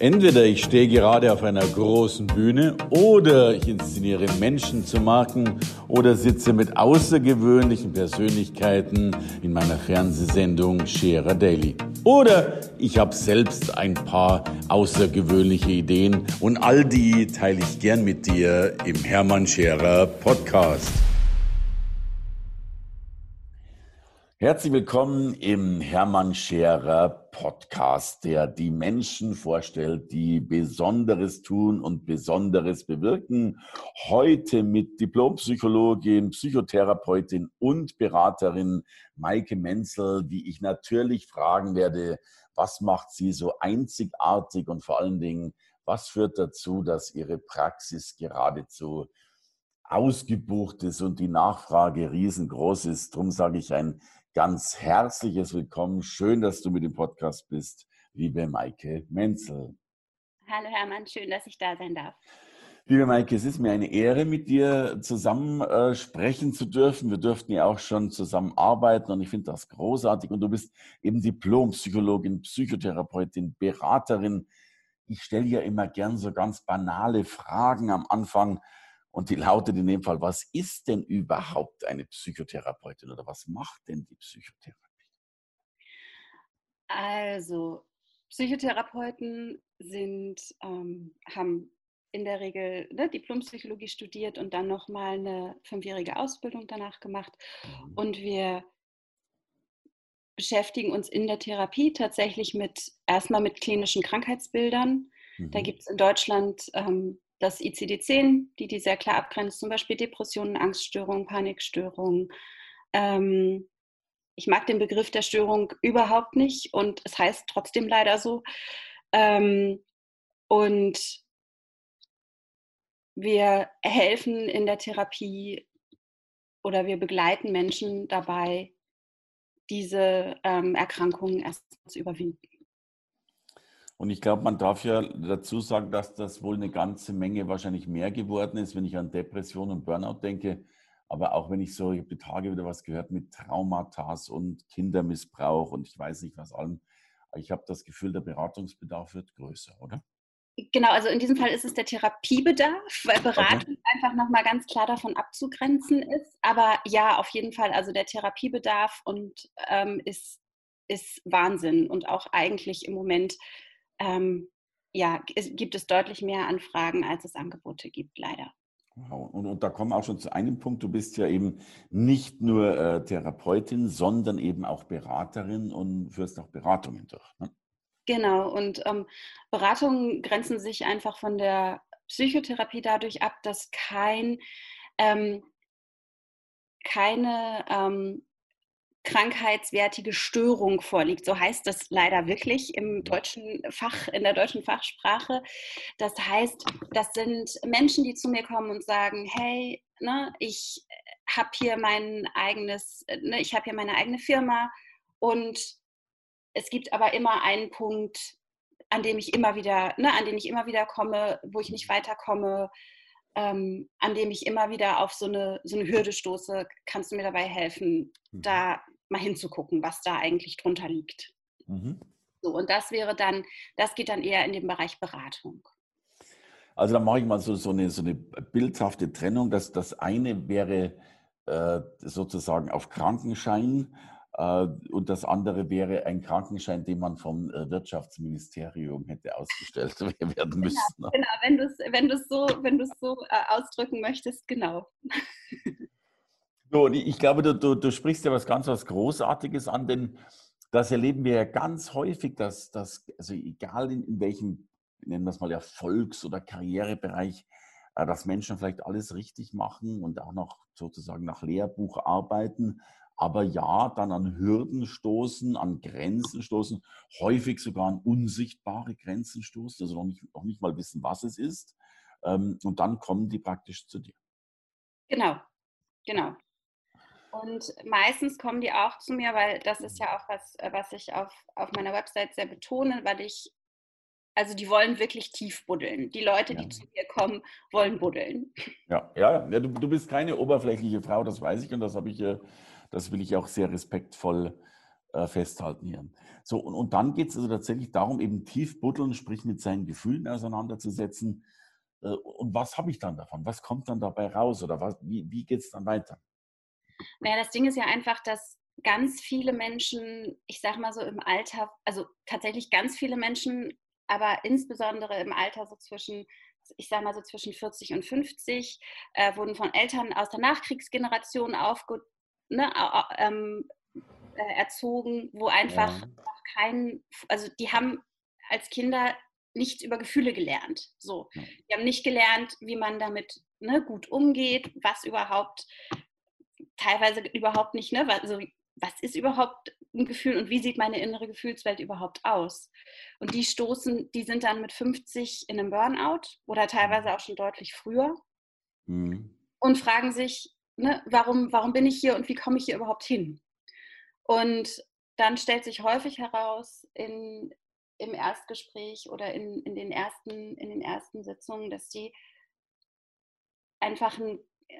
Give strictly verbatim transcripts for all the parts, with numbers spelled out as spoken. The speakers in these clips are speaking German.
Entweder ich stehe gerade auf einer großen Bühne oder ich inszeniere Menschen zu Marken oder sitze mit außergewöhnlichen Persönlichkeiten in meiner Fernsehsendung Scherer Daily. Oder ich habe selbst ein paar außergewöhnliche Ideen und all die teile ich gern mit dir im Hermann Scherer Podcast. Herzlich willkommen im Hermann Scherer Podcast, der die Menschen vorstellt, die Besonderes tun und Besonderes bewirken. Heute mit Diplompsychologin, Psychotherapeutin und Beraterin Maike Menzel, die ich natürlich fragen werde, was macht sie so einzigartig und vor allen Dingen, was führt dazu, dass ihre Praxis geradezu ausgebucht ist und die Nachfrage riesengroß ist. Darum sage ich ein ganz herzliches Willkommen. Schön, dass du mit dem Podcast bist, liebe Maike Menzel. Hallo Hermann, schön, dass ich da sein darf. Liebe Maike, es ist mir eine Ehre, mit dir zusammen äh, sprechen zu dürfen. Wir durften ja auch schon zusammen arbeiten und ich finde das großartig. Und du bist eben Diplompsychologin, Psychotherapeutin, Beraterin. Ich stelle ja immer gern so ganz banale Fragen am Anfang. Und die lautet in dem Fall, was ist denn überhaupt eine Psychotherapeutin oder was macht denn die Psychotherapie? Also, Psychotherapeuten sind, ähm, haben in der Regel ne, Diplompsychologie studiert und dann nochmal eine fünfjährige Ausbildung danach gemacht. Mhm. Und wir beschäftigen uns in der Therapie tatsächlich mit erstmal mit klinischen Krankheitsbildern. Mhm. Da gibt es in Deutschland ähm, das I C D zehn, die die sehr klar abgrenzt, zum Beispiel Depressionen, Angststörungen, Panikstörungen. Ähm, ich mag den Begriff der Störung überhaupt nicht und es heißt trotzdem leider so. Ähm, und wir helfen in der Therapie oder wir begleiten Menschen dabei, diese ähm, Erkrankungen erst zu überwinden. Und ich glaube, man darf ja dazu sagen, dass das wohl eine ganze Menge wahrscheinlich mehr geworden ist, wenn ich an Depression und Burnout denke. Aber auch wenn ich so, ich habe die Tage wieder was gehört mit Traumata und Kindermissbrauch und ich weiß nicht was allem. Ich habe das Gefühl, der Beratungsbedarf wird größer, oder? Genau, also in diesem Fall ist es der Therapiebedarf, weil Beratung Okay. einfach nochmal ganz klar davon abzugrenzen ist. Aber ja, auf jeden Fall, also der Therapiebedarf und ähm, ist, ist Wahnsinn und auch eigentlich im Moment ähm, ja, es, gibt es deutlich mehr Anfragen, als es Angebote gibt, leider. Wow. Und, und da kommen wir auch schon zu einem Punkt. Du bist ja eben nicht nur äh, Therapeutin, sondern eben auch Beraterin und führst auch Beratungen durch. Ne? Genau, und ähm, Beratungen grenzen sich einfach von der Psychotherapie dadurch ab, dass kein, ähm, keine ähm, krankheitswertige Störung vorliegt. So heißt das leider wirklich im deutschen Fach, in der deutschen Fachsprache. Das heißt, das sind Menschen, die zu mir kommen und sagen, hey, ne, ich habe hier mein eigenes, ne, ich habe hier meine eigene Firma und es gibt aber immer einen Punkt, an dem ich immer wieder, ne, an den ich immer wieder komme, wo ich nicht weiterkomme, ähm, an dem ich immer wieder auf so eine, so eine Hürde stoße. Kannst du mir dabei helfen, Mhm. da mal hinzugucken, was da eigentlich drunter liegt? Mhm. So, und das wäre dann, das geht dann eher in den Bereich Beratung. Also da mache ich mal so, so, eine, so eine bildhafte Trennung. Das, das eine wäre äh, sozusagen auf Krankenschein äh, und das andere wäre ein Krankenschein, den man vom äh, Wirtschaftsministerium hätte ausgestellt werden Genau, müssen. Ne? genau, wenn du es wenn so, wenn so äh, ausdrücken möchtest, genau. So, und ich glaube, du, du, du sprichst ja was ganz was Großartiges an, denn das erleben wir ja ganz häufig, dass, dass also egal in, in welchem, nennen wir es mal Erfolgs- oder Karrierebereich, äh, dass Menschen vielleicht alles richtig machen und auch noch sozusagen nach Lehrbuch arbeiten, aber ja, dann an Hürden stoßen, an Grenzen stoßen, häufig sogar an unsichtbare Grenzen stoßen, also noch nicht, noch nicht mal wissen, was es ist. Ähm, und dann kommen die praktisch zu dir. Genau, genau. Und meistens kommen die auch zu mir, weil das ist ja auch was, äh, was ich auf, auf meiner Website sehr betone, weil ich, also die wollen wirklich tief buddeln. Die Leute, die Ja. zu mir kommen, wollen buddeln. Ja, ja, ja. Du, du bist keine oberflächliche Frau, das weiß ich und das habe ich, äh, das will ich auch sehr respektvoll äh, festhalten hier. So, und, und dann geht es also tatsächlich darum, eben tief buddeln, sprich mit seinen Gefühlen auseinanderzusetzen. Äh, und was habe ich dann davon? Was kommt dann dabei raus? Oder was, wie, wie geht es dann weiter? Naja, das Ding ist ja einfach, dass ganz viele Menschen, ich sag mal so im Alter, also tatsächlich ganz viele Menschen, aber insbesondere im Alter so zwischen, ich sag mal so zwischen vierzig und fünfzig, äh, wurden von Eltern aus der Nachkriegsgeneration aufge, ne, ähm, äh, erzogen, wo einfach Ja. noch kein, also die haben als Kinder nichts über Gefühle gelernt. So, Ja. die haben nicht gelernt, wie man damit, ne, gut umgeht, was überhaupt teilweise überhaupt nicht, ne? Also, was ist überhaupt ein Gefühl und wie sieht meine innere Gefühlswelt überhaupt aus? Und die stoßen, die sind dann mit fünfzig in einem Burnout oder teilweise auch schon deutlich früher Mhm. und fragen sich, ne, warum, warum bin ich hier und wie komme ich hier überhaupt hin? Und dann stellt sich häufig heraus in, im Erstgespräch oder in, in, den ersten, in den ersten Sitzungen, dass die einfach ein,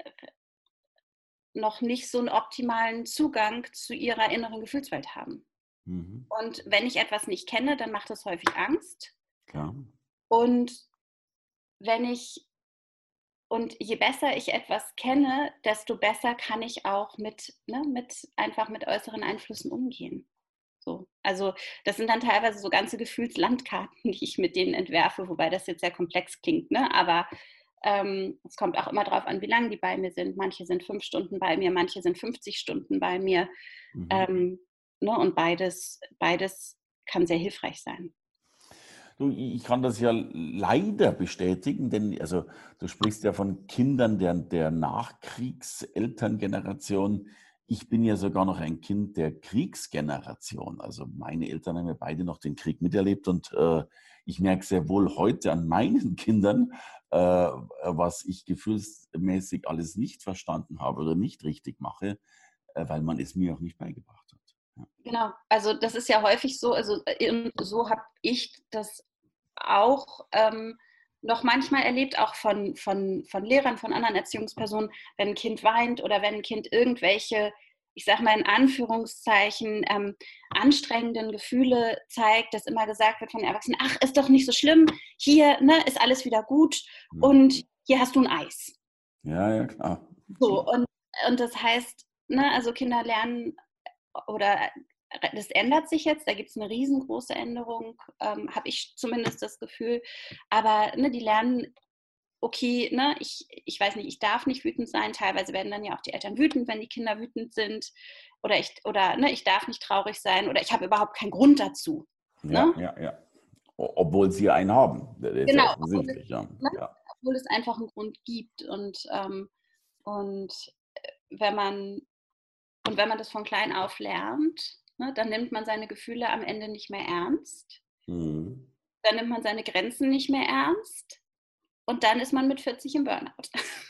noch nicht so einen optimalen Zugang zu ihrer inneren Gefühlswelt haben. Mhm. Und wenn ich etwas nicht kenne, dann macht es häufig Angst. Klar. Und wenn ich und je besser ich etwas kenne, desto besser kann ich auch mit, ne, mit einfach mit äußeren Einflüssen umgehen. So. Also das sind dann teilweise so ganze Gefühlslandkarten, die ich mit denen entwerfe, wobei das jetzt sehr komplex klingt, ne? Aber ähm, es kommt auch immer darauf an, wie lange die bei mir sind. Manche sind fünf Stunden bei mir, manche sind fünfzig Stunden bei mir. Mhm. Ähm, ne? Und beides, beides kann sehr hilfreich sein. Du, ich kann das ja leider bestätigen, denn also du sprichst ja von Kindern der, der Nachkriegselterngeneration. Ich bin ja sogar noch ein Kind der Kriegsgeneration. Also meine Eltern haben ja beide noch den Krieg miterlebt und äh, ich merke sehr wohl heute an meinen Kindern, äh, was ich gefühlsmäßig alles nicht verstanden habe oder nicht richtig mache, äh, weil man es mir auch nicht beigebracht hat. Ja. Genau, also das ist ja häufig so, also äh, so habe ich das auch ähm, noch manchmal erlebt, auch von, von, von Lehrern, von anderen Erziehungspersonen, wenn ein Kind weint oder wenn ein Kind irgendwelche, ich sage mal in Anführungszeichen, ähm, anstrengenden Gefühle zeigt, dass immer gesagt wird von den Erwachsenen, ach, ist doch nicht so schlimm, hier, ne, ist alles wieder gut Hm. und hier hast du ein Eis. Ja, ja, klar. So, und, und das heißt, ne, also Kinder lernen oder das ändert sich jetzt, da gibt es eine riesengroße Änderung, ähm, habe ich zumindest das Gefühl. Aber ne, die lernen, okay, ne, ich, ich weiß nicht, ich darf nicht wütend sein. Teilweise werden dann ja auch die Eltern wütend, wenn die Kinder wütend sind. Oder ich, oder, ne, ich darf nicht traurig sein oder ich habe überhaupt keinen Grund dazu. Ja, Ne? ja, ja. O- Obwohl sie einen haben. Das ist ja Genau, obwohl es, offensichtlich, ja. ne, Ja. obwohl es einfach einen Grund gibt. Und, ähm, und wenn man Und wenn man das von klein auf lernt, ne, dann nimmt man seine Gefühle am Ende nicht mehr ernst. Mhm. Dann nimmt man seine Grenzen nicht mehr ernst. Und dann ist man mit vierzig im Burnout.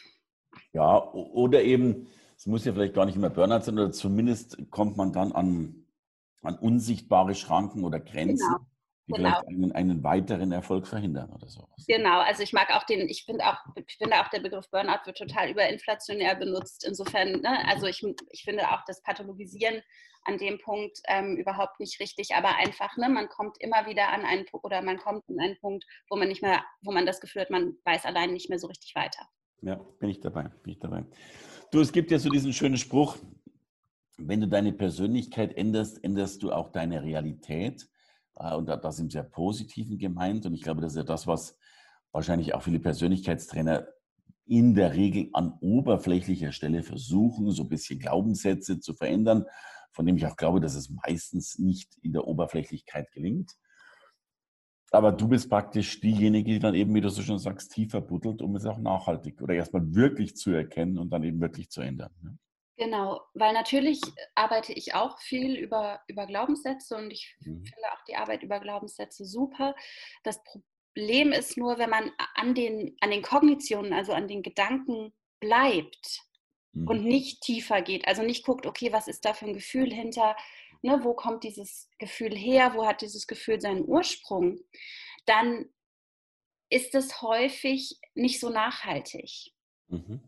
Ja, o- oder eben, es muss ja vielleicht gar nicht immer Burnout sein, oder zumindest kommt man dann an, an unsichtbare Schranken oder Grenzen, Genau, die genau. vielleicht einen, einen weiteren Erfolg verhindern oder sowas. Genau, also ich mag auch den, ich finde auch, ich finde auch, der Begriff Burnout wird total überinflationär benutzt. Insofern, ne, also ich, ich finde auch das Pathologisieren an dem Punkt ähm, überhaupt nicht richtig, aber einfach, ne, man kommt immer wieder an einen Punkt oder man kommt an einen Punkt, wo man nicht mehr, wo man das Gefühl hat, man weiß allein nicht mehr so richtig weiter. Ja, bin ich dabei, bin ich dabei. Du, es gibt ja so diesen schönen Spruch, wenn du deine Persönlichkeit änderst, änderst du auch deine Realität. Äh, Und das im sehr Positiven gemeint. Und ich glaube, das ist ja das, was wahrscheinlich auch viele Persönlichkeitstrainer in der Regel an oberflächlicher Stelle versuchen, so ein bisschen Glaubenssätze zu verändern, von dem ich auch glaube, dass es meistens nicht in der Oberflächlichkeit gelingt. Aber du bist praktisch diejenige, die dann eben, wie du so schon sagst, tiefer buddelt, um es auch nachhaltig oder erstmal wirklich zu erkennen und dann eben wirklich zu ändern. Ne? Genau, weil natürlich arbeite ich auch viel über, über Glaubenssätze und ich Mhm. finde auch die Arbeit über Glaubenssätze super. Das Problem ist nur, wenn man an den, an den Kognitionen, also an den Gedanken bleibt Mhm. und nicht tiefer geht, also nicht guckt, okay, was ist da für ein Gefühl hinter, ne, wo kommt dieses Gefühl her, wo hat dieses Gefühl seinen Ursprung, dann ist es häufig nicht so nachhaltig. Mhm.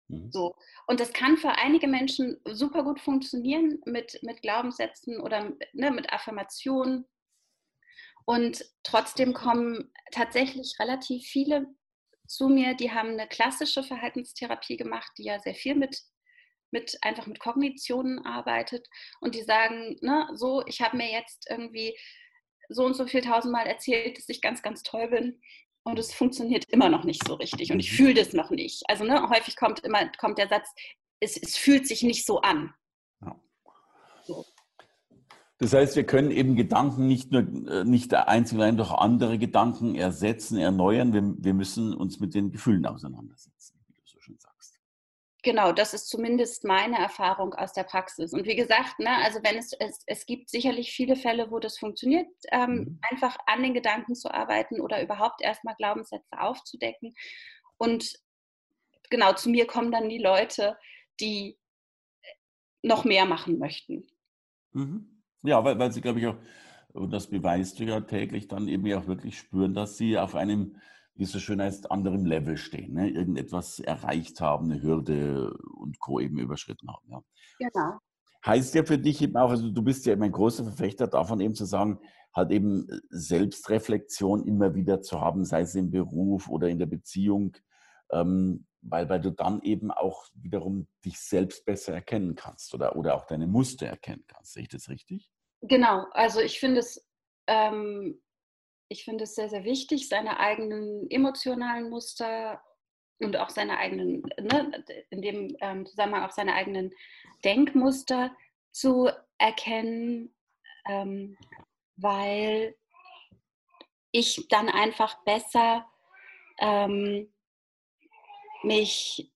Mhm. So. Und das kann für einige Menschen super gut funktionieren mit, mit Glaubenssätzen oder ne, mit Affirmationen. Und trotzdem kommen tatsächlich relativ viele zu mir, die haben eine klassische Verhaltenstherapie gemacht, die ja sehr viel mit, mit einfach mit Kognitionen arbeitet. Und die sagen, ne, so, ich habe mir jetzt irgendwie so und so viel tausendmal erzählt, dass ich ganz, ganz toll bin. Und es funktioniert immer noch nicht so richtig. Und ich Mhm. fühle das noch nicht. Also ne, häufig kommt immer kommt der Satz, es, es fühlt sich nicht so an. Ja. So. Das heißt, wir können eben Gedanken nicht nur äh, nicht einzig allein durch andere Gedanken ersetzen, erneuern. Wir, wir müssen uns mit den Gefühlen auseinandersetzen, wie du so schön sagst. Genau, das ist zumindest meine Erfahrung aus der Praxis. Und wie gesagt, ne, also wenn es, es, es gibt sicherlich viele Fälle, wo das funktioniert, ähm, Mhm. einfach an den Gedanken zu arbeiten oder überhaupt erstmal Glaubenssätze aufzudecken. Und genau, zu mir kommen dann die Leute, die noch mehr machen möchten. Mhm. Ja, weil, weil sie, glaube ich, auch, und das beweist du ja täglich, dann eben ja auch wirklich spüren, dass sie auf einem, wie es so schön heißt, anderen Level stehen, ne? Irgendetwas erreicht haben, eine Hürde und Co. eben überschritten haben. Ja. Genau. Heißt ja für dich eben auch, also du bist ja eben ein großer Verfechter davon, eben zu sagen, halt eben Selbstreflexion immer wieder zu haben, sei es im Beruf oder in der Beziehung, ähm, weil, weil du dann eben auch wiederum dich selbst besser erkennen kannst oder, oder auch deine Muster erkennen kannst. Sehe ich das richtig? Genau, also ich finde es, ähm, ich finde es sehr, sehr wichtig, seine eigenen emotionalen Muster und auch seine eigenen, ne, in dem ähm, Zusammenhang auch seine eigenen Denkmuster zu erkennen, ähm, weil ich dann einfach besser ähm, mich,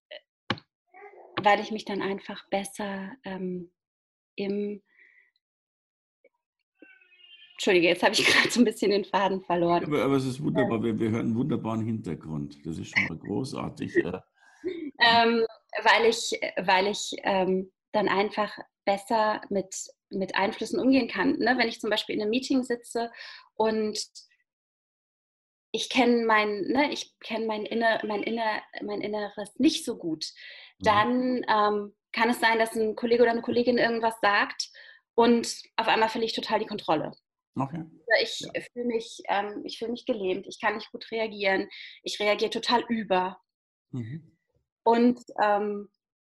weil ich mich dann einfach besser ähm, im, Entschuldige, jetzt habe ich gerade so ein bisschen den Faden verloren. Aber, aber es ist wunderbar, wir, wir hören einen wunderbaren Hintergrund. Das ist schon mal großartig. Äh, Ähm, weil ich, weil ich ähm, dann einfach besser mit, mit Einflüssen umgehen kann. Ne? Wenn ich zum Beispiel in einem Meeting sitze und ich kenne mein, ne, ich kenne mein, Inner, mein, Inner, mein Inneres nicht so gut, mhm. dann ähm, kann es sein, dass ein Kollege oder eine Kollegin irgendwas sagt und auf einmal verliere ich total die Kontrolle. Okay. Ich Ja. fühle mich, ähm, ich fühle mich gelähmt, ich kann nicht gut reagieren, ich reagiere total über. Mhm. Und ähm,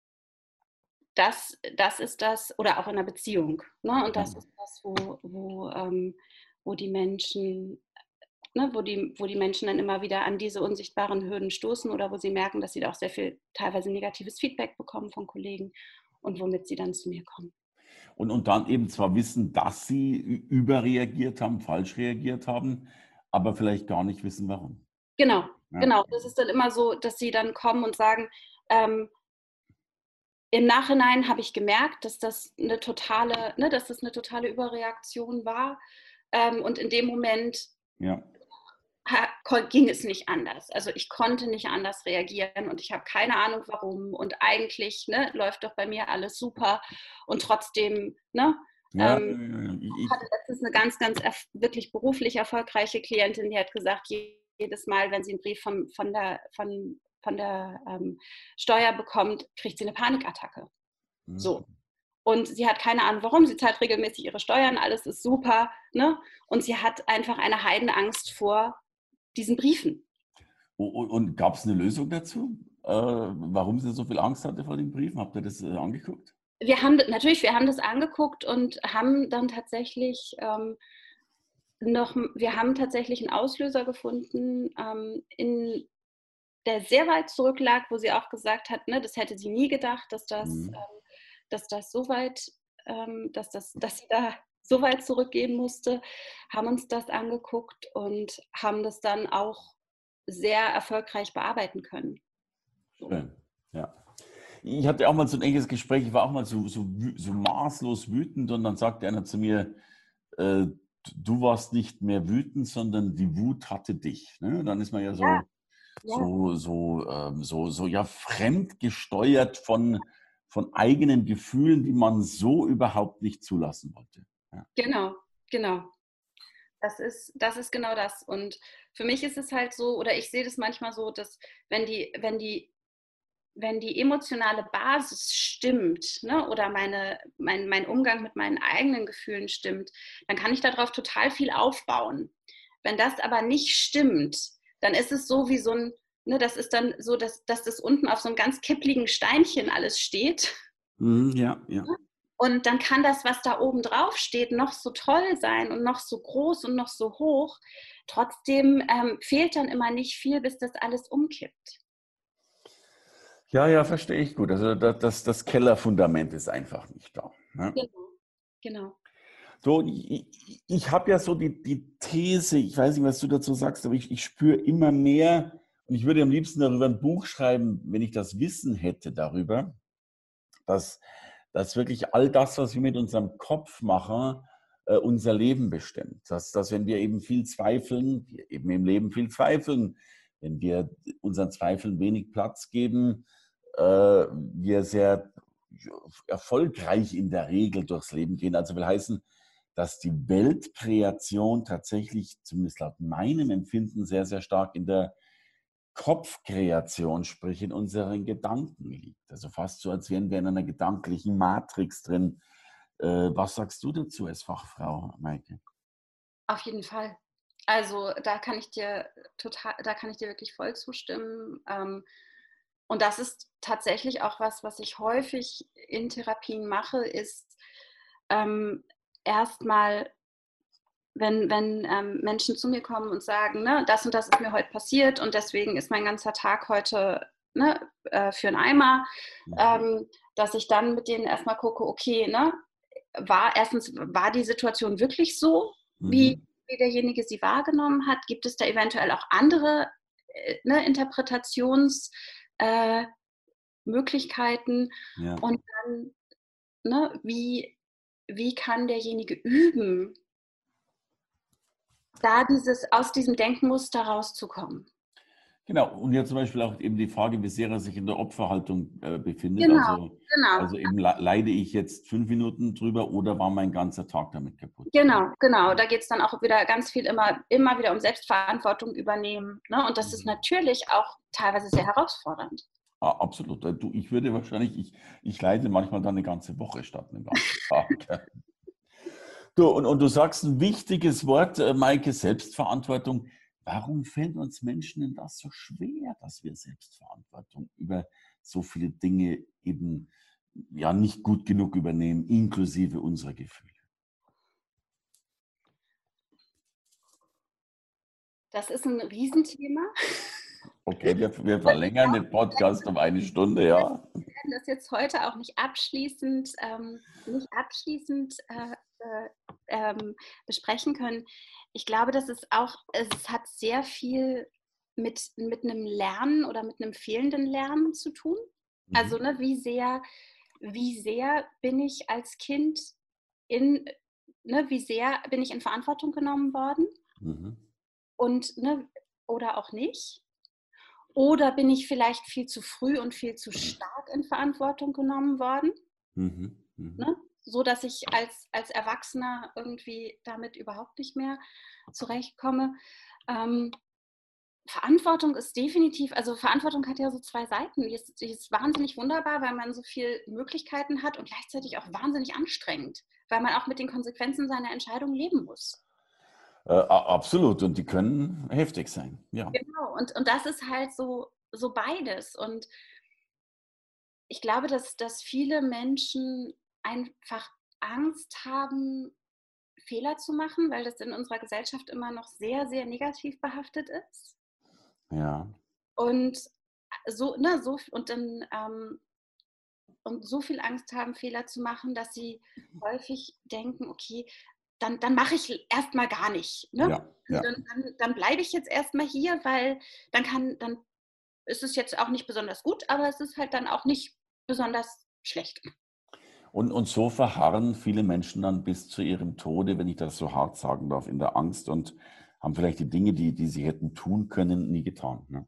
das, das ist das, oder auch in einer Beziehung. Ne? Und Ja. das ist das, wo, wo, ähm, wo die Menschen, ne? wo, die, wo die Menschen dann immer wieder an diese unsichtbaren Hürden stoßen oder wo sie merken, dass sie da auch sehr viel teilweise negatives Feedback bekommen von Kollegen und womit sie dann zu mir kommen. Und, und dann eben zwar wissen, dass sie überreagiert haben, falsch reagiert haben, aber vielleicht gar nicht wissen, warum. Genau, Ja. genau. Das ist dann immer so, dass sie dann kommen und sagen, ähm, im Nachhinein habe ich gemerkt, dass das eine totale, ne, dass das eine totale Überreaktion war. Ähm, und in dem Moment Ja. ging es nicht anders. Also ich konnte nicht anders reagieren und ich habe keine Ahnung warum. Und eigentlich ne, läuft doch bei mir alles super. Und trotzdem ne, Ja, ähm, ich, hatte letztens eine ganz, ganz erf- wirklich beruflich erfolgreiche Klientin, die hat gesagt, jedes Mal, wenn sie einen Brief von, von der, von, von der ähm, Steuer bekommt, kriegt sie eine Panikattacke. ich, So. Und sie hat keine Ahnung warum, sie zahlt regelmäßig ihre Steuern, alles ist super. Ne? Und sie hat einfach eine Heidenangst vor diesen Briefen. und und gab es eine Lösung dazu, äh, warum sie so viel Angst hatte vor den Briefen? Habt ihr das äh, angeguckt? Wir haben natürlich, wir haben das angeguckt und haben dann tatsächlich ähm, noch, wir haben tatsächlich einen Auslöser gefunden, ähm, in, der sehr weit zurücklag, wo sie auch gesagt hat, ne, das hätte sie nie gedacht, dass das, Mhm. ähm, dass das so weit, ähm, dass, das, dass sie da so weit zurückgehen musste, haben uns das angeguckt und haben das dann auch sehr erfolgreich bearbeiten können. So. Schön. Ja. Ich hatte auch mal so ein enges Gespräch, ich war auch mal so, so, wü- so maßlos wütend und dann sagte einer zu mir, äh, du warst nicht mehr wütend, sondern die Wut hatte dich. Ne? Dann ist man ja Ja, so, ja, so, so, ähm, so, so ja fremdgesteuert von, von eigenen Gefühlen, die man so überhaupt nicht zulassen wollte. Ja. genau, genau. Das ist, das ist genau das. Und für mich ist es halt so, oder ich sehe das manchmal so, dass wenn die, wenn die wenn die emotionale Basis stimmt, ne, oder meine, mein, mein Umgang mit meinen eigenen Gefühlen stimmt, dann kann ich darauf total viel aufbauen. Wenn das aber nicht stimmt, dann ist es so wie so ein, ne, das ist dann so, dass, dass das unten auf so einem ganz kippligen Steinchen alles steht. Mhm, ja, ja. Und dann kann das, was da oben drauf steht, noch so toll sein und noch so groß und noch so hoch. Trotzdem ähm, fehlt dann immer nicht viel, bis das alles umkippt. Ja, ja, verstehe ich gut. Also das, das, das Kellerfundament ist einfach nicht da. Ne? Genau, genau. So, ich ich, ich habe ja so die, die These, ich weiß nicht, was du dazu sagst, aber ich, ich spüre immer mehr, und ich würde am liebsten darüber ein Buch schreiben, wenn ich das Wissen hätte darüber, dass, dass wirklich all das, was wir mit unserem Kopf machen, äh, unser Leben bestimmt. Dass, dass wenn wir eben viel zweifeln, wir eben im Leben viel zweifeln, wenn wir unseren Zweifeln wenig Platz geben, äh, wir sehr erfolgreich in der Regel durchs Leben gehen. Also will heißen, dass die Weltkreation tatsächlich, zumindest laut meinem Empfinden, sehr, sehr stark in der Kopfkreation, sprich in unseren Gedanken liegt. Also fast so, als wären wir in einer gedanklichen Matrix drin. Äh, was sagst du dazu als Fachfrau, Maike? Auf jeden Fall. Also da kann ich dir total, da kann ich dir wirklich voll zustimmen. Ähm, und das ist tatsächlich auch was, was ich häufig in Therapien mache, ist ähm, erstmal, wenn, wenn ähm, Menschen zu mir kommen und sagen, ne, das und das ist mir heute passiert und deswegen ist mein ganzer Tag heute, ne, äh, für einen Eimer, Mhm. ähm, dass ich dann mit denen erstmal gucke, okay, ne, war erstens, war die Situation wirklich so, wie, Mhm. wie derjenige sie wahrgenommen hat? Gibt es da eventuell auch andere äh, ne, Interpretationsmöglichkeiten? Äh, Ja. und dann, ne, wie, wie kann derjenige üben, da dieses, aus diesem Denkmuster rauszukommen? Genau, und jetzt zum Beispiel auch eben die Frage, wie sehr er sich in der Opferhaltung äh, befindet. Genau, Also, genau. also eben le- leide ich jetzt fünf Minuten drüber oder war mein ganzer Tag damit kaputt? Genau, genau. Da geht es dann auch wieder ganz viel immer, immer wieder um Selbstverantwortung übernehmen. Ne? Und das ist Mhm. natürlich auch teilweise sehr herausfordernd. Ah, absolut. Äh, Du, ich würde wahrscheinlich, ich, ich leide manchmal dann eine ganze Woche statt einen ganzen Tag. Du, und, und du sagst ein wichtiges Wort, äh, Maike, Selbstverantwortung. Warum fällt uns Menschen denn das so schwer, dass wir Selbstverantwortung über so viele Dinge eben ja nicht gut genug übernehmen, inklusive unserer Gefühle? Das ist ein Riesenthema. Okay, wir, wir Und ich verlängern den Podcast um eine Stunde, ja. werden das jetzt heute auch nicht abschließend, ähm, nicht abschließend äh, äh, ähm, besprechen können. Ich glaube, dass es auch, es hat sehr viel mit, mit einem Lernen oder mit einem fehlenden Lernen zu tun. Also, Mhm. ne, wie sehr, wie sehr bin ich als Kind in, ne, wie sehr bin ich in Verantwortung genommen worden Mhm. und, ne, oder auch nicht. Oder bin ich vielleicht viel zu früh und viel zu stark in Verantwortung genommen worden, Mhm. Mhm. ne? So dass ich als, als Erwachsener irgendwie damit überhaupt nicht mehr zurechtkomme. Ähm, Verantwortung ist definitiv, also Verantwortung hat ja so zwei Seiten. Die ist, die ist wahnsinnig wunderbar, weil man so viele Möglichkeiten hat und gleichzeitig auch wahnsinnig anstrengend, weil man auch mit den Konsequenzen seiner Entscheidung leben muss. Äh, a- absolut. Und die können heftig sein. Ja. Genau, und, und das ist halt so, so beides. Und ich glaube, dass, dass viele Menschen einfach Angst haben, Fehler zu machen, weil das in unserer Gesellschaft immer noch sehr, sehr negativ behaftet ist. Ja. Und so, ne, so und dann ähm, und so viel Angst haben, Fehler zu machen, dass sie häufig denken, okay, dann, dann mache ich erstmal gar nicht. Ne? Ja. Also Ja. dann, dann, dann bleibe ich jetzt erstmal hier, weil dann kann, dann ist es jetzt auch nicht besonders gut, aber es ist halt dann auch nicht besonders schlecht. Und, und so verharren viele Menschen dann bis zu ihrem Tode, wenn ich das so hart sagen darf, in der Angst und haben vielleicht die Dinge, die, die sie hätten tun können, nie getan. Ne?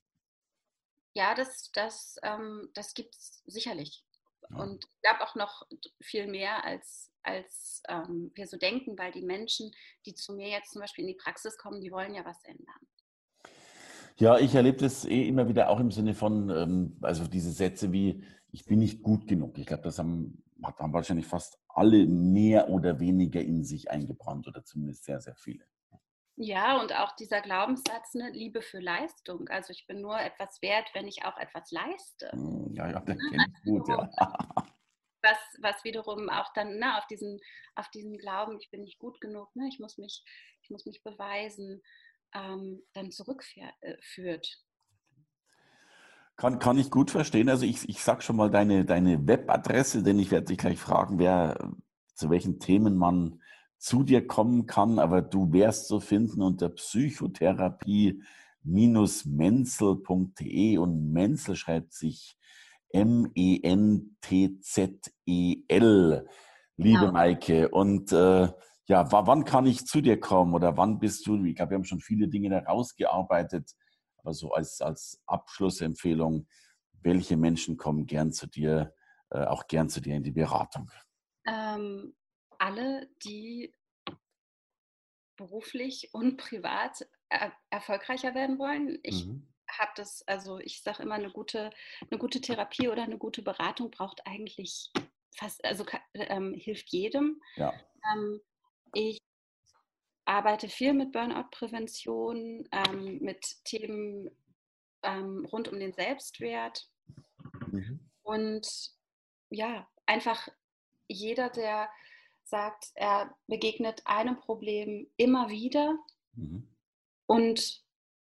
Ja, das, das, ähm, das gibt es sicherlich. Ja. Und ich glaube auch noch viel mehr, als, als ähm, wir so denken, weil die Menschen, die zu mir jetzt zum Beispiel in die Praxis kommen, die wollen ja was ändern. Ja, ich erlebe das eh immer wieder auch im Sinne von, ähm, also diese Sätze wie, ich bin nicht gut genug. Ich glaube, das haben, haben wahrscheinlich fast alle mehr oder weniger in sich eingebrannt oder zumindest sehr, sehr viele. Ja, und auch dieser Glaubenssatz, ne, Liebe für Leistung. Also ich bin nur etwas wert, wenn ich auch etwas leiste. Hm, ja, ja, den Ne? kenne Also ich gut, wiederum, ja. was, was wiederum auch dann ne, auf, diesen, auf diesen Glauben, ich bin nicht gut genug, ne, ich, muss mich, ich muss mich beweisen, ähm, dann zurückführt. Kann, kann ich gut verstehen. Also ich, ich sag schon mal deine, deine Webadresse, denn ich werde dich gleich fragen, wer, zu welchen Themen man zu dir kommen kann, aber du wärst zu finden unter psychotherapie menzel punkt de und Menzel schreibt sich M E N T Z E L, liebe Genau. Maike. Und äh, ja, wa- wann kann ich zu dir kommen oder wann bist du, ich glaube, wir haben schon viele Dinge da rausgearbeitet, aber so als, als Abschlussempfehlung, welche Menschen kommen gern zu dir, äh, auch gern zu dir in die Beratung? Ähm, alle, die beruflich und privat er erfolgreicher werden wollen. Ich Mhm. habe das, also ich sage immer, eine gute, eine gute Therapie oder eine gute Beratung braucht eigentlich fast, also ähm, hilft jedem. Ja. Ähm, ich arbeite viel mit Burnout-Prävention, ähm, mit Themen ähm, rund um den Selbstwert Mhm. und ja, einfach jeder, der sagt, er begegnet einem Problem immer wieder Mhm. und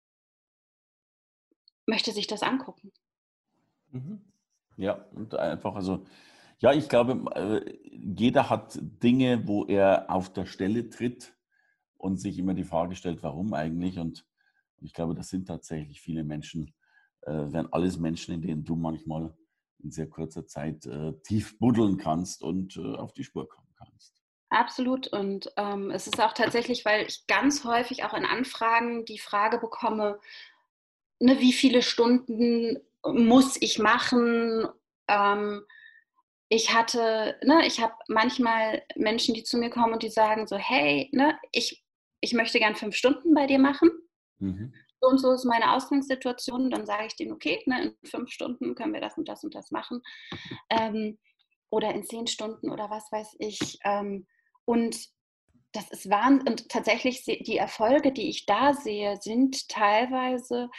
möchte sich das angucken. Mhm. Ja, und einfach, also, ja, ich glaube, äh, jeder hat Dinge, wo er auf der Stelle tritt und sich immer die Frage stellt, warum eigentlich? Und ich glaube, das sind tatsächlich viele Menschen, äh, wären alles Menschen, in denen du manchmal in sehr kurzer Zeit äh, tief buddeln kannst und äh, auf die Spur kommen kannst. Absolut. Und ähm, es ist auch tatsächlich, weil ich ganz häufig auch in Anfragen die Frage bekomme, ne, wie viele Stunden muss ich machen? Ähm, ich hatte, ne, ich habe manchmal Menschen, die zu mir kommen und die sagen so, hey, ne, ich, ich möchte gern fünf Stunden bei dir machen. Mhm. So und so ist meine Ausgangssituation. Dann sage ich denen, okay, ne, in fünf Stunden können wir das und das und das machen. Ähm, oder in zehn Stunden oder was weiß ich. Ähm, und das ist Wahnsinn. Und tatsächlich, die Erfolge, die ich da sehe, sind teilweise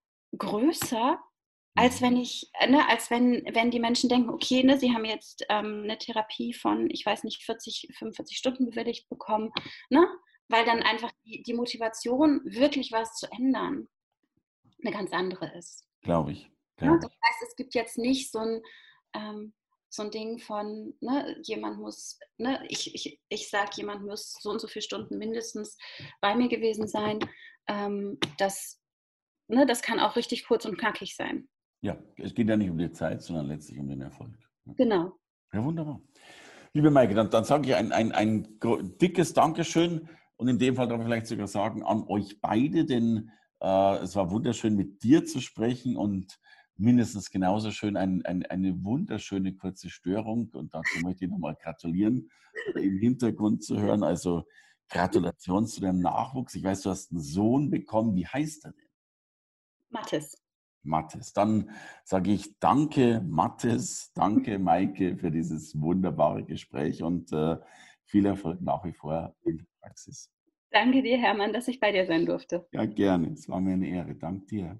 größer, als Mhm. wenn ich, ne, als wenn, wenn die Menschen denken, okay, ne, sie haben jetzt ähm, eine Therapie von, ich weiß nicht, vierzig, fünfundvierzig Stunden bewilligt bekommen, ne? Weil dann einfach die, die Motivation, wirklich was zu ändern, eine ganz andere ist. Glaube ich, Ne? glaube Das ich. heißt, es gibt jetzt nicht so ein, ähm, so ein Ding von, ne, jemand muss, ne, ich, ich, ich sage, jemand muss so und so viele Stunden mindestens bei mir gewesen sein. Ähm, das, ne, das kann auch richtig kurz und knackig sein. Ja, es geht ja nicht um die Zeit, sondern letztlich um den Erfolg. Genau. Ja, wunderbar. Liebe Maike, dann, dann sage ich ein, ein, ein dickes Dankeschön und in dem Fall darf ich vielleicht sogar sagen an euch beide, denn äh, es war wunderschön mit dir zu sprechen und mindestens genauso schön ein, ein, eine wunderschöne kurze Störung und dazu möchte ich nochmal gratulieren, äh, im Hintergrund zu hören. Also Gratulation zu deinem Nachwuchs. Ich weiß, du hast einen Sohn bekommen. Wie heißt er denn? Mathis. Mathis. Dann sage ich danke, Mathis, danke, Maike, für dieses wunderbare Gespräch und äh, viel Erfolg nach wie vor in der Praxis. Danke dir, Hermann, dass ich bei dir sein durfte. Ja, gerne. Es war mir eine Ehre. Dank dir.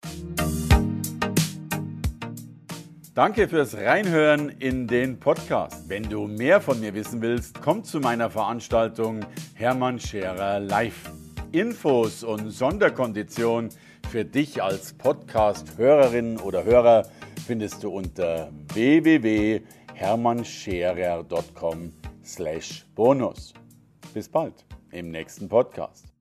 Danke fürs Reinhören in den Podcast. Wenn du mehr von mir wissen willst, komm zu meiner Veranstaltung Hermann Scherer Live. Infos und Sonderkonditionen für dich als Podcast-Hörerin oder Hörer findest du unter w w w punkt hermannscherer punkt com slash bonus. Bis bald im nächsten Podcast.